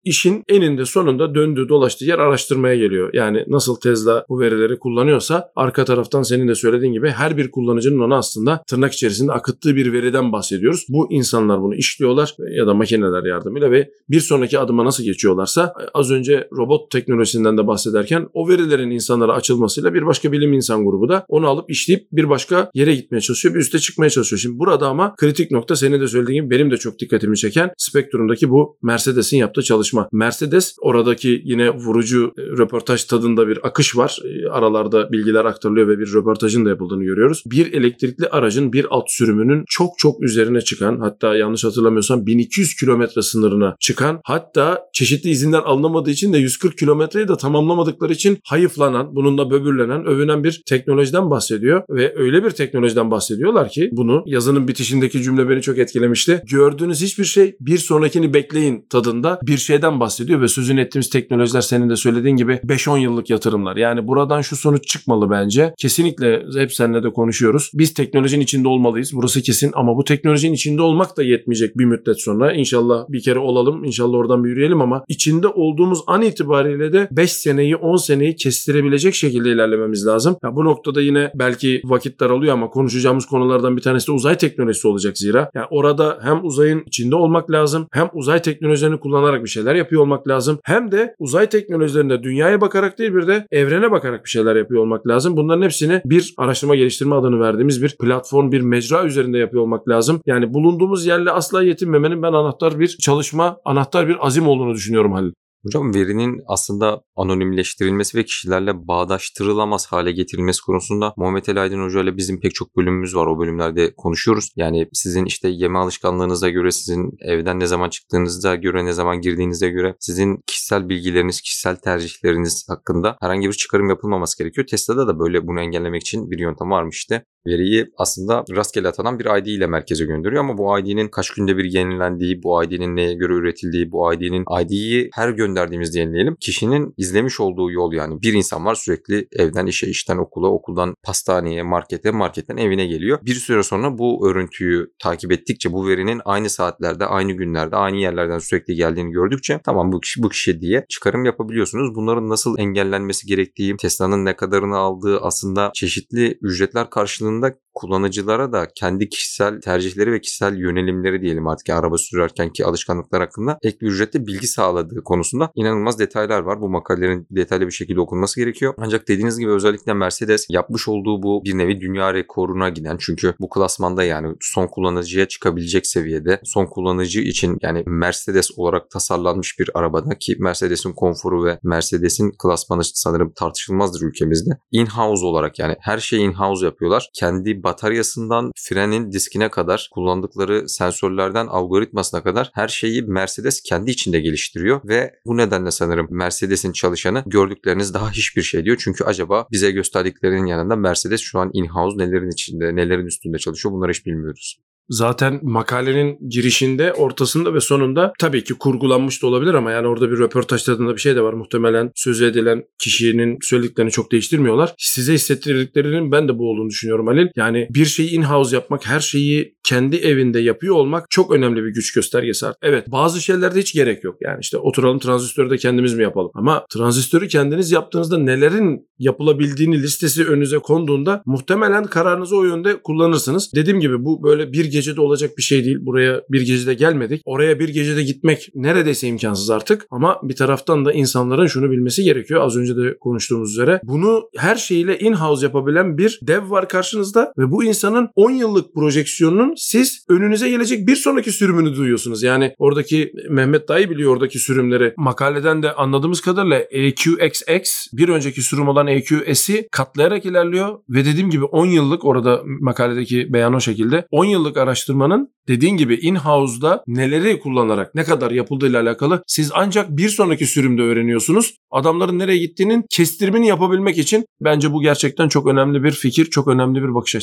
işin eninde sonunda döndüğü dolaştığı yer araştırmaya geliyor. Yani nasıl Tesla bu verileri kullanıyorsa arka taraftan senin de söylediğin gibi her bir kullanıcının ona aslında tırnak içerisinde akıttığı bir veriden bahsediyoruz. Bu insanlar bunu işliyorlar ya da makineler yardımıyla ve bir sonraki adıma nasıl geçiyorlarsa az önce robot teknolojisinden de bahsederken o verilerin insanlara açılmasıyla bir başka bilim insan grubu da onu alıp işleyip bir başka yere gitmeye çalışıyor, bir üste çıkmaya çalışıyor. Şimdi burada ama kritik nokta senin de söylediğin gibi benim de çok dikkatimi çeken Spectrum'daki bu Mercedes'in yaptığı çalışma. Mercedes oradaki yine vurucu röportaj tadında bir akış var. Aralarda bilgiler aktarılıyor ve bir röportajın da yapıldığını görüyoruz. Bir elektrikli aracın bir alt sürümünün çok çok üzerine çıkan, hatta yanlış hatırlamıyorsam bin iki yüz kilometre sınırına çıkan, hatta çeşitli izinler alınamadığı için de yüz kırk kilometreyi de tamamlamadıkları için hayıflanan, bununla böbürlenen, övünen bir teknolojiden bahsediyor ve öyle bir teknolojiden bahsediyorlar ki bunu yazının bitişindeki cümle beni çok etkilemişti. Gördüğünüz hiçbir şey bir sonrakini bekleyin tadında bir şeyden bahsediyor ve sözünü ettiğimiz teknolojiler senin de söylediğin gibi beş on yıllık yatırımlar. Yani buradan şu sonuç çıkmalı bence. Kesinlikle hep seninle de konuşuyoruz. Biz teknolojinin içinde olmalıyız. Burası kesin ama bu teknolojinin içinde olmak da yetmeyecek bir müddet sonra. İnşallah bir kere olalım. İnşallah oradan bir yürüyelim ama içinde olduğumuz an itibariyle de beş seneyi on seneyi kestirebilecek şekilde ilerlememiz lazım. Ya bu noktada yine belki vakit daralıyor ama konuşacağımız konulardan bir tanesi de uzay teknolojisi olacak zira. Yani orada hem uzayın içinde olmak lazım, hem uzay teknolojilerini kullanarak bir şeyler yapıyor olmak lazım, hem de uzay teknolojilerinde dünyaya bakarak değil bir de evrene bakarak bir şeyler yapıyor olmak lazım. Bunların hepsini bir araştırma geliştirme adını verdiğimiz bir platform, bir mecra üzerinde yapıyor olmak lazım. Yani bulunduğumuz yerle asla yetinmemenin ben anahtar bir çalışma, anahtar bir azim olduğunu düşünüyorum Halil. Hocam verinin aslında anonimleştirilmesi ve kişilerle bağdaştırılamaz hale getirilmesi konusunda Muhammed Ali Aydın Hoca ile bizim pek çok bölümümüz var. O bölümlerde konuşuyoruz. Yani sizin işte yeme alışkanlığınıza göre, sizin evden ne zaman çıktığınıza göre, ne zaman girdiğinize göre, sizin kişisel bilgileriniz, kişisel tercihleriniz hakkında herhangi bir çıkarım yapılmaması gerekiyor. Tesla'da da böyle bunu engellemek için bir yöntem varmış işte. Veriyi aslında rastgele atanan bir I D ile merkeze gönderiyor ama bu I D'nin kaç günde bir yenilendiği, bu I D'nin neye göre üretildiği, bu I D'nin I D'yi her gönderdiğimizde yenileyelim. Kişinin izlemiş olduğu yol, yani bir insan var sürekli evden işe, işten okula, okuldan pastaneye, markete, marketten evine geliyor. Bir süre sonra bu örüntüyü takip ettikçe, bu verinin aynı saatlerde, aynı günlerde, aynı yerlerden sürekli geldiğini gördükçe tamam bu kişi bu kişi diye çıkarım yapabiliyorsunuz. Bunların nasıl engellenmesi gerektiği, Tesla'nın ne kadarını aldığı, aslında çeşitli ücretler karşılığında kullanıcılara da kendi kişisel tercihleri ve kişisel yönelimleri diyelim artık araba sürerkenki alışkanlıklar hakkında ek bir ücretle bilgi sağladığı konusunda inanılmaz detaylar var. Bu makalelerin detaylı bir şekilde okunması gerekiyor. Ancak dediğiniz gibi özellikle Mercedes yapmış olduğu bu bir nevi dünya rekoruna giden, çünkü bu klasmanda yani son kullanıcıya çıkabilecek seviyede, son kullanıcı için yani Mercedes olarak tasarlanmış bir arabada, ki Mercedes'in konforu ve Mercedes'in klasmanı sanırım tartışılmazdır ülkemizde. In-house olarak, yani her şeyi in-house yapıyorlar. Kendi bataryasından frenin diskine kadar, kullandıkları sensörlerden algoritmasına kadar her şeyi Mercedes kendi içinde geliştiriyor ve bu nedenle sanırım Mercedes'in çalışanı gördükleriniz daha hiçbir şey diyor. Çünkü acaba bize gösterdiklerinin yanında Mercedes şu an in-house nelerin içinde, nelerin üstünde çalışıyor, bunları hiç bilmiyoruz. Zaten makalenin girişinde, ortasında ve sonunda tabii ki kurgulanmış da olabilir ama yani orada bir röportaj tadında bir şey de var. Muhtemelen sözü edilen kişinin söylediklerini çok değiştirmiyorlar. Size hissettirdiklerinin ben de bu olduğunu düşünüyorum Halil. Yani bir şeyi in-house yapmak, her şeyi kendi evinde yapıyor olmak çok önemli bir güç göstergesi artık. Evet, bazı şeylerde hiç gerek yok. Yani işte oturalım transistörü de kendimiz mi yapalım? Ama transistörü kendiniz yaptığınızda nelerin yapılabildiğini listesi önünüze konduğunda muhtemelen kararınızı o yönde kullanırsınız. Dediğim gibi bu böyle bir gecede olacak bir şey değil. Buraya bir gecede gelmedik. Oraya bir gecede gitmek neredeyse imkansız artık. Ama bir taraftan da insanların şunu bilmesi gerekiyor. Az önce de konuştuğumuz üzere. Bunu her şeyiyle in-house yapabilen bir dev var karşınızda ve bu insanın on yıllık projeksiyonunun siz önünüze gelecek bir sonraki sürümünü duyuyorsunuz. Yani oradaki Mehmet daha iyi biliyor oradaki sürümleri. Makaleden de anladığımız kadarıyla E Q X X bir önceki sürüm olan E Q S'i katlayarak ilerliyor ve dediğim gibi on yıllık, orada makaledeki beyan o şekilde, on yıllık araştırmanın dediğin gibi in-house'da neleri kullanarak ne kadar yapıldığıyla alakalı siz ancak bir sonraki sürümde öğreniyorsunuz. Adamların nereye gittiğinin kestirimini yapabilmek için bence bu gerçekten çok önemli bir fikir, çok önemli bir bakış açısı.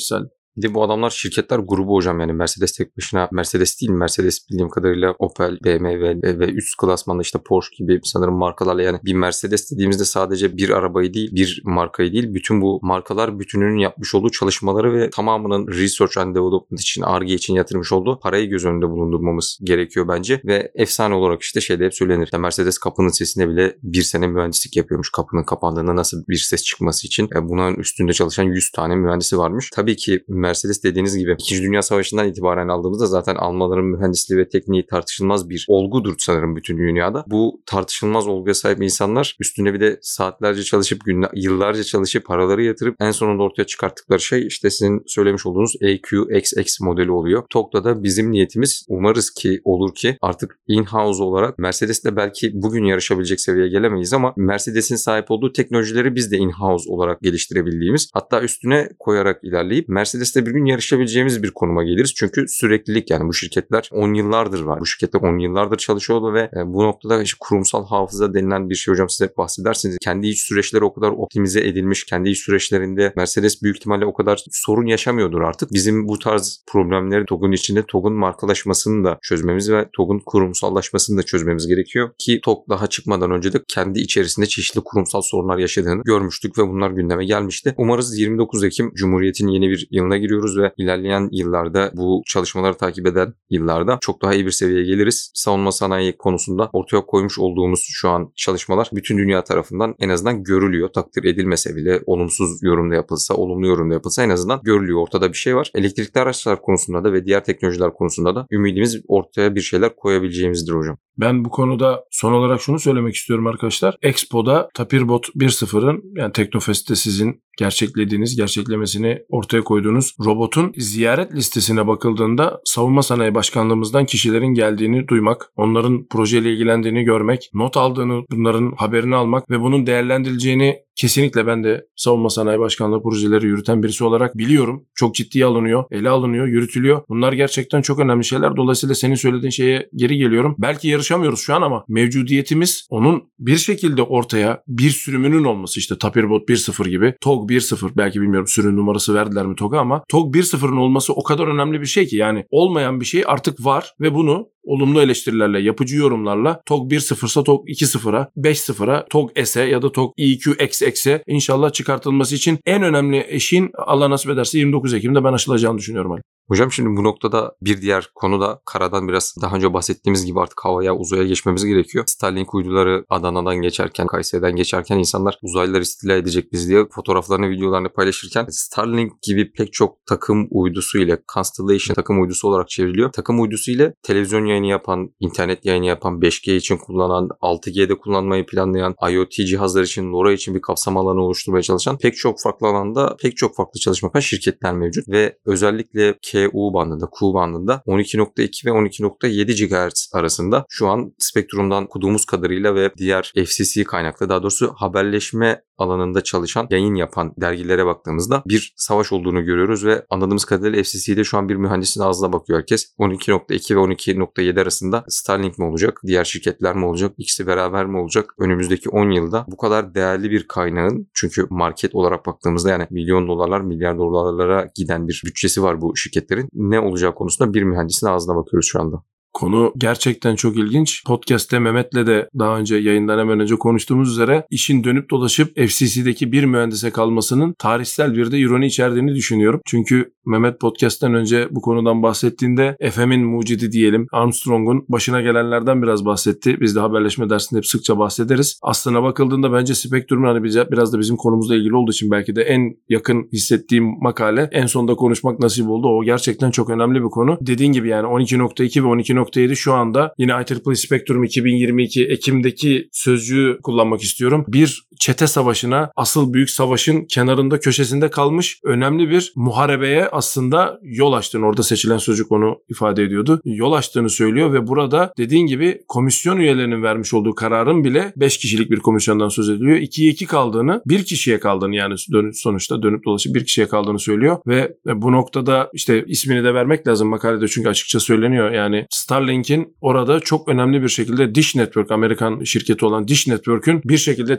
Bir de bu adamlar şirketler grubu hocam, yani Mercedes tek başına Mercedes değil, Mercedes bildiğim kadarıyla Opel, B M W ve üst klasmanda işte Porsche gibi sanırım markalarla, yani bir Mercedes dediğimizde sadece bir arabayı değil, bir markayı değil, bütün bu markalar bütününün yapmış olduğu çalışmaları ve tamamının research and development için, Ar-Ge için yatırmış olduğu parayı göz önünde bulundurmamız gerekiyor bence. Ve efsane olarak işte şeyde hep söylenir. Ya Mercedes kapının sesine bile bir sene mühendislik yapıyormuş. Kapının kapandığında nasıl bir ses çıkması için. E bunun üstünde çalışan yüz tane mühendisi varmış. Tabii ki Mercedes dediğiniz gibi İkinci Dünya Savaşı'ndan itibaren aldığımızda zaten Almanların mühendisliği ve tekniği tartışılmaz bir olgudur sanırım bütün dünyada. Bu tartışılmaz olguya sahip insanlar üstüne bir de saatlerce çalışıp, günler, yıllarca çalışıp, paraları yatırıp en sonunda ortaya çıkarttıkları şey işte sizin söylemiş olduğunuz A Q X X modeli oluyor. T O G'da da bizim niyetimiz, umarız ki olur ki artık in-house olarak Mercedes'le belki bugün yarışabilecek seviyeye gelemeyiz ama Mercedes'in sahip olduğu teknolojileri biz de in-house olarak geliştirebildiğimiz, hatta üstüne koyarak ilerleyip Mercedes'le bir gün yarışabileceğimiz bir konuma geliriz. Çünkü süreklilik, yani bu şirketler on yıllardır var. Bu şirketler on yıllardır çalışıyordu ve bu noktada işte kurumsal hafıza denilen bir şey hocam, size bahsedersiniz. Kendi iç süreçleri o kadar optimize edilmiş. Kendi iç süreçlerinde Mercedes büyük ihtimalle o kadar sorun yaşamıyordur artık. Bizim bu tarz problemleri T O G'un içinde T O G'un markalaşmasını da çözmemiz ve T O G'un kurumsallaşmasını da çözmemiz gerekiyor. Ki T O G daha çıkmadan önce de kendi içerisinde çeşitli kurumsal sorunlar yaşadığını görmüştük ve bunlar gündeme gelmişti. Umarız yirmi dokuz Ekim Cumhuriyet'in yeni bir yılına giriyoruz ve ilerleyen yıllarda, bu çalışmaları takip eden yıllarda çok daha iyi bir seviyeye geliriz. Savunma sanayi konusunda ortaya koymuş olduğumuz şu an çalışmalar bütün dünya tarafından en azından görülüyor. Takdir edilmese bile, olumsuz yorumda yapılsa, olumlu yorumda yapılsa en azından görülüyor. Ortada bir şey var. Elektrikli araçlar konusunda da ve diğer teknolojiler konusunda da ümidimiz ortaya bir şeyler koyabileceğimizdir hocam. Ben bu konuda son olarak şunu söylemek istiyorum arkadaşlar. Expo'da Tapirbot bir nokta sıfırın, yani Teknofest'te sizin gerçeklediğiniz, gerçeklemesini ortaya koyduğunuz robotun ziyaret listesine bakıldığında Savunma Sanayi Başkanlığımızdan kişilerin geldiğini duymak, onların projeyle ilgilendiğini görmek, not aldığını, bunların haberini almak ve bunun değerlendirileceğini kesinlikle ben de Savunma Sanayi Başkanlığı projeleri yürüten birisi olarak biliyorum. Çok ciddiye alınıyor, ele alınıyor, yürütülüyor. Bunlar gerçekten çok önemli şeyler. Dolayısıyla senin söylediğin şeye geri geliyorum. Belki yarışamıyoruz şu an ama mevcudiyetimiz, onun bir şekilde ortaya bir sürümünün olması, işte Tapirbot bir nokta sıfır gibi, T O G bir nokta sıfır, belki bilmiyorum sürüm numarası verdiler mi T O G'a, ama T O G bir nokta sıfırın olması o kadar önemli bir şey ki, yani olmayan bir şey artık var ve bunu olumlu eleştirilerle, yapıcı yorumlarla T O G bir nokta sıfırsa T O G iki nokta sıfıra, beş nokta sıfıra, T O G S'e ya da T O G E Q X X'e inşallah çıkartılması için en önemli eşiğin, Allah nasip ederse yirmi dokuz Ekim'de ben aşılacağını düşünüyorum. Ali. Hocam şimdi bu noktada bir diğer konu da karadan, biraz daha önce bahsettiğimiz gibi artık havaya, uzaya geçmemiz gerekiyor. Starlink uyduları Adana'dan geçerken, Kayseri'den geçerken insanlar uzaylılar istila edecek biz diye fotoğraflarını, videolarını paylaşırken Starlink gibi pek çok takım uydusu ile, Constellation takım uydusu olarak çevriliyor. Takım uydusu ile televizyon yayını yapan, internet yayını yapan, beş G için kullanan, altı G'de kullanmayı planlayan, IoT cihazlar için, LoRa için bir kapsam alanı oluşturmaya çalışan pek çok farklı alanda pek çok farklı çalışma yapan şirketler mevcut ve özellikle K U bandında, Q bandında on iki nokta iki ve on iki nokta yedi gigahertz arasında şu an spektrumdan okuduğumuz kadarıyla ve diğer F C C kaynaklı, daha doğrusu haberleşme alanında çalışan, yayın yapan dergilere baktığımızda bir savaş olduğunu görüyoruz ve anladığımız kadarıyla F C C'de şu an bir mühendisin ağzına bakıyor herkes. on iki nokta iki ve on iki nokta yedi arasında Starlink mi olacak, diğer şirketler mi olacak, ikisi beraber mi olacak? Önümüzdeki on yılda bu kadar değerli bir kaynağın, çünkü market olarak baktığımızda yani milyon dolarlar, milyar dolarlara giden bir bütçesi var bu şirketlerin. Ne olacağı konusunda bir mühendisin ağzına bakıyoruz şu anda. Konu gerçekten çok ilginç. Podcast'te Mehmet'le de daha önce, yayından hemen önce konuştuğumuz üzere işin dönüp dolaşıp F C C'deki bir mühendise kalmasının tarihsel bir de ironi içerdiğini düşünüyorum. Çünkü Mehmet podcast'ten önce bu konudan bahsettiğinde F M'in mucidi diyelim, Armstrong'un başına gelenlerden biraz bahsetti. Biz de haberleşme dersinde hep sıkça bahsederiz. Aslına bakıldığında bence Spektrum'un hani biraz da bizim konumuzla ilgili olduğu için belki de en yakın hissettiğim makale, en sonda konuşmak nasip oldu. O gerçekten çok önemli bir konu. Dediğin gibi yani on iki nokta iki ve on iki nokta yedi şu anda yine I E E E Spectrum iki bin yirmi iki Ekim'deki sözcüğü kullanmak istiyorum. Bir çete savaşına, asıl büyük savaşın kenarında, köşesinde kalmış önemli bir muharebeye aslında yol açtığını, orada seçilen sözcük onu ifade ediyordu. Yol açtığını söylüyor ve burada dediğin gibi komisyon üyelerinin vermiş olduğu kararın bile beş kişilik bir komisyondan söz ediliyor. ikiye iki kaldığını, bir kişiye kaldığını, yani sonuçta dönüp dolaşıp bir kişiye kaldığını söylüyor ve bu noktada işte ismini de vermek lazım makalede, çünkü açıkça söyleniyor. Yani Starlink'in orada çok önemli bir şekilde Dish Network, Amerikan şirketi olan Dish Network'ün bir şekilde televizyon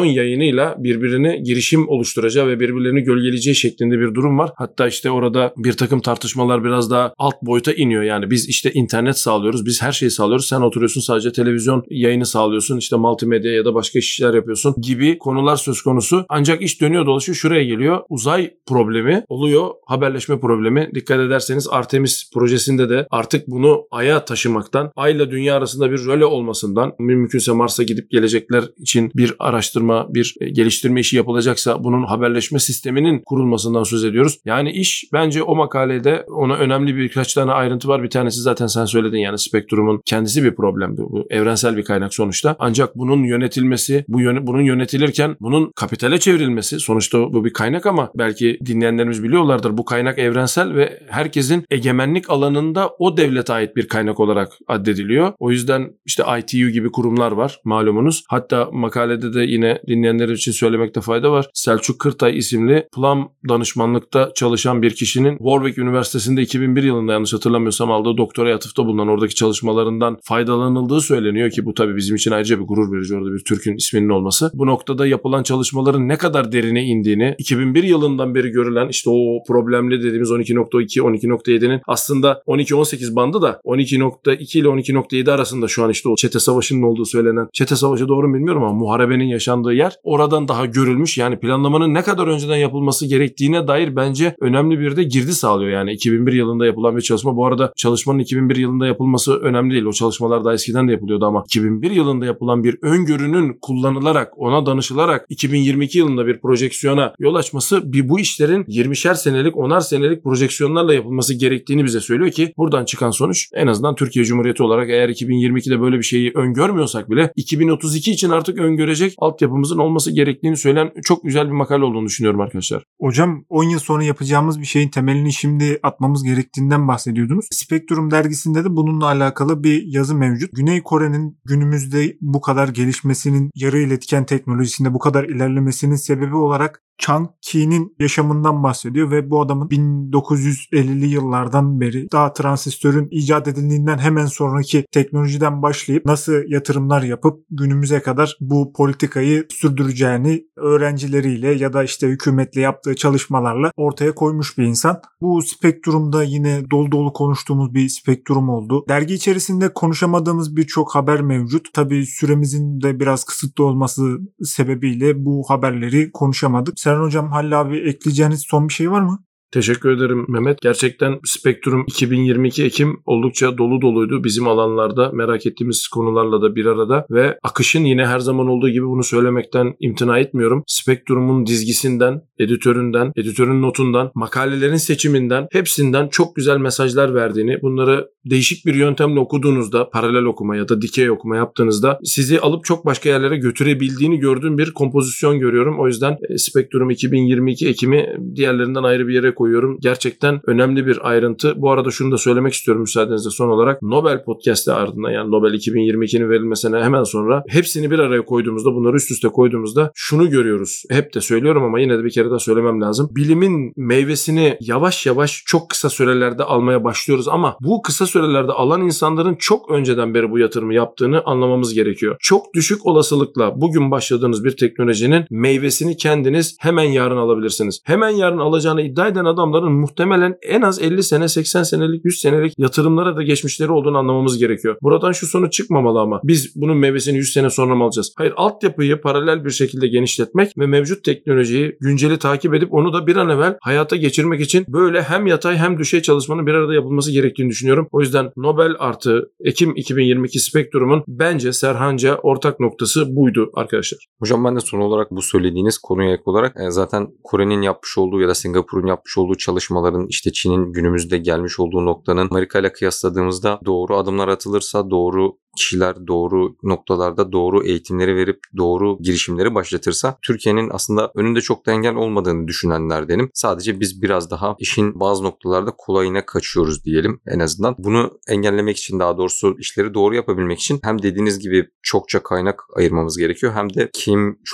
yayınıyla birbirine girişim oluşturacağı ve birbirlerini gölgeleyeceği şeklinde bir durum var. Hatta işte orada bir takım tartışmalar biraz daha alt boyuta iniyor. Yani biz işte internet sağlıyoruz, biz her şeyi sağlıyoruz. Sen oturuyorsun sadece televizyon yayını sağlıyorsun, işte multimedya ya da başka işler yapıyorsun gibi konular söz konusu. Ancak iş dönüyor dolaşıyor şuraya geliyor. Uzay problemi oluyor, haberleşme problemi. Dikkat ederseniz Artemis projesinde de artık bunu Ay'a taşımaktan, Ay'la dünya arasında bir röle olmasından, mümkünse Mars'a gidip gelecekler için bir araştırma, bir geliştirme işi yapılacaksa bunun haberleşme sisteminin kurulmasından söz ediyoruz. Yani iş bence o makalede ona önemli birkaç tane ayrıntı var. Bir tanesi zaten sen söyledin, yani spektrumun kendisi bir problemdi. Bu evrensel bir kaynak sonuçta. Ancak bunun yönetilmesi, bu yön- bunun yönetilirken bunun kapitale çevrilmesi, sonuçta bu bir kaynak ama belki dinleyenlerimiz biliyorlardır. Bu kaynak evrensel ve herkesin egemenlik alanında o devlete ait bir kaynak olarak addediliyor. O yüzden işte I T U gibi kurumlar var malumunuz. Hatta makalede de yine dinleyenler için söylemekte fayda var. Selçuk Kırtay isimli Plum danışmanlıkta çalışan bir kişinin Warwick Üniversitesi'nde iki bin bir yılında yanlış hatırlamıyorsam aldığı doktoraya atıfta bulunan oradaki çalışmalarından faydalanıldığı söyleniyor ki bu tabii bizim için ayrıca bir gurur verici, orada bir Türk'ün isminin olması. Bu noktada yapılan çalışmaların ne kadar derine indiğini, iki bin bir yılından beri görülen işte o problemli dediğimiz on iki nokta iki on iki nokta yedi'nin aslında on iki on sekiz bandı da on iki nokta iki ile on iki nokta yedi arasında şu an işte o çete savaşının olduğu söylenen, çete savaşı doğru mu bilmiyorum ama muharebenin yaşandığı yer oradan daha görülmüş. Yani planlamanın ne kadar önceden yapılması gerektiğine dair bence önemli bir de girdi sağlıyor. Yani iki bin bir yılında yapılan bir çalışma. Bu arada çalışmanın iki bin bir yılında yapılması önemli değil. O çalışmalar daha eskiden de yapılıyordu ama iki bin bir yılında yapılan bir öngörünün kullanılarak, ona danışılarak iki bin yirmi iki yılında bir projeksiyona yol açması bir bu işlerin yirmişer senelik, onar senelik projeksiyonlarla yapılması gerektiğini bize söylüyor ki buradan çıkan sonuç en azından Türkiye Cumhuriyeti olarak eğer iki bin yirmi ikide böyle bir şeyi öngörmüyorsak bile iki bin otuz iki için artık öngörecek altyapımızın olması gerektiğini söyleyen çok güzel bir makale olduğunu düşünüyorum arkadaşlar. Hocam on yıl sonra yapacağımız bir şeyin temelini şimdi atmamız gerektiğinden bahsediyordunuz. Spektrum dergisinde de bununla alakalı bir yazı mevcut. Güney Kore'nin günümüzde bu kadar gelişmesinin, yarı iletken teknolojisinde bu kadar ilerlemesinin sebebi olarak Chang Ki'nin yaşamından bahsediyor ve bu adamın bin dokuz yüz ellili yıllardan beri daha transistörün icat edildiğinden hemen sonraki teknolojiden başlayıp nasıl yatırımlar yapıp günümüze kadar bu politikayı sürdüreceğini öğrencileriyle ya da işte hükümetle yaptığı çalışmalarla ortaya koymuş bir insan. Bu spektrumda yine dolu dolu konuştuğumuz bir spektrum oldu. Dergi içerisinde konuşamadığımız birçok haber mevcut. Tabii süremizin de biraz kısıtlı olması sebebiyle bu haberleri konuşamadık. Serhan Hocam, Halil abi, ekleyeceğiniz son bir şey var mı? Teşekkür ederim Mehmet. Gerçekten Spektrum iki bin yirmi iki Ekim oldukça dolu doluydu. Bizim alanlarda merak ettiğimiz konularla da bir arada ve akışın yine her zaman olduğu gibi bunu söylemekten imtina etmiyorum. Spektrum'un dizgisinden, editöründen, editörün notundan, makalelerin seçiminden, hepsinden çok güzel mesajlar verdiğini, bunları değişik bir yöntemle okuduğunuzda, paralel okuma ya da dikey okuma yaptığınızda sizi alıp çok başka yerlere götürebildiğini gördüğüm bir kompozisyon görüyorum. O yüzden Spektrum iki bin yirmi iki Ekim'i diğerlerinden ayrı bir yere koyuyorum. Gerçekten önemli bir ayrıntı. Bu arada şunu da söylemek istiyorum müsaadenizle son olarak. Nobel Podcast'ı ardından, yani Nobel iki bin yirmi ikinin verilmesine hemen sonra hepsini bir araya koyduğumuzda, bunları üst üste koyduğumuzda şunu görüyoruz. Hep de söylüyorum ama yine de bir kere daha söylemem lazım. Bilimin meyvesini yavaş yavaş çok kısa sürelerde almaya başlıyoruz ama bu kısa sürelerde alan insanların çok önceden beri bu yatırımı yaptığını anlamamız gerekiyor. Çok düşük olasılıkla bugün başladığınız bir teknolojinin meyvesini kendiniz hemen yarın alabilirsiniz. Hemen yarın alacağını iddia eden adamların muhtemelen en az elli sene, seksen senelik, yüz senelik yatırımlara da geçmişleri olduğunu anlamamız gerekiyor. Buradan şu sonuç çıkmamalı ama biz bunun meyvesini yüz sene sonra mı alacağız? Hayır, altyapıyı paralel bir şekilde genişletmek ve mevcut teknolojiyi günceli takip edip onu da bir an evvel hayata geçirmek için böyle hem yatay hem düşey çalışmanın bir arada yapılması gerektiğini düşünüyorum. O yüzden Nobel artı Ekim iki bin yirmi iki Spektrum'un bence Serhanca ortak noktası buydu arkadaşlar. Hocam ben de son olarak bu söylediğiniz konuya ek olarak zaten Kore'nin yapmış olduğu ya da Singapur'un yapmış olduğu çalışmaların, işte Çin'in günümüzde gelmiş olduğu noktanın Amerika ile kıyasladığımızda doğru adımlar atılırsa, doğru kişiler doğru noktalarda doğru eğitimleri verip doğru girişimleri başlatırsa Türkiye'nin aslında önünde çok da engel olmadığını düşünenlerdenim. Sadece biz biraz daha işin bazı noktalarda kolayına kaçıyoruz diyelim en azından. Bunu engellemek için, daha doğrusu işleri doğru yapabilmek için hem dediğiniz gibi çokça kaynak ayırmamız gerekiyor hem de Kim Jong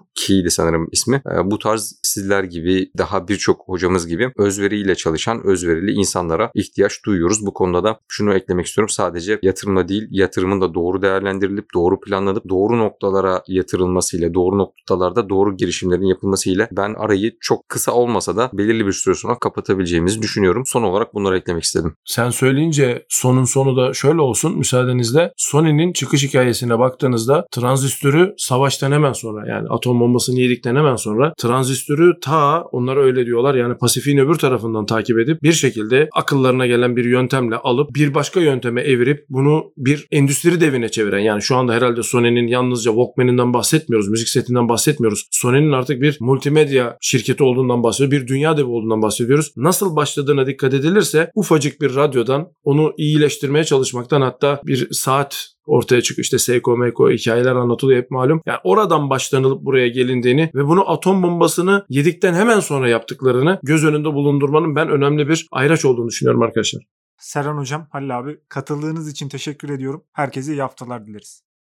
Key'di sanırım ismi. E, bu tarz sizler gibi, daha birçok hocamız gibi özveriyle çalışan, özverili insanlara ihtiyaç duyuyoruz. Bu konuda da şunu eklemek istiyorum. Sadece yatırımla değil, yatırımın da doğru değerlendirilip, doğru planlanıp, doğru noktalara yatırılmasıyla, doğru noktalarda doğru girişimlerin yapılmasıyla ben arayı çok kısa olmasa da belirli bir süre sonra kapatabileceğimizi düşünüyorum. Son olarak bunları eklemek istedim. Sen söyleyince sonun sonu da şöyle olsun müsaadenizle. Sony'nin çıkış hikayesine baktığınızda transistörü savaştan hemen sonra, yani atom bombasını yedikten hemen sonra transistörü ta, onlara öyle diyorlar, yani Pasifik'in öbür tarafından takip edip bir şekilde akıllarına gelen bir yöntemle alıp bir başka yönteme evirip bunu bir endüstri devine çeviren, yani şu anda herhalde Sony'nin yalnızca Walkman'inden bahsetmiyoruz, müzik setinden bahsetmiyoruz. Sony'nin artık bir multimedya şirketi olduğundan bahsediyoruz, bir dünya devi olduğundan bahsediyoruz. Nasıl başladığına dikkat edilirse ufacık bir radyodan onu iyileştirmeye çalışmaktan, hatta bir saat ortaya çıkıyor, işte Seiko Meiko hikayeler anlatılıyor hep malum. Yani oradan başlanılıp buraya gelindiğini ve bunu atom bombasını yedikten hemen sonra yaptıklarını göz önünde bulundurmanın ben önemli bir ayraç olduğunu düşünüyorum arkadaşlar. Serhan Hocam, Halil abi, katıldığınız için teşekkür ediyorum. Herkese iyi haftalar dileriz.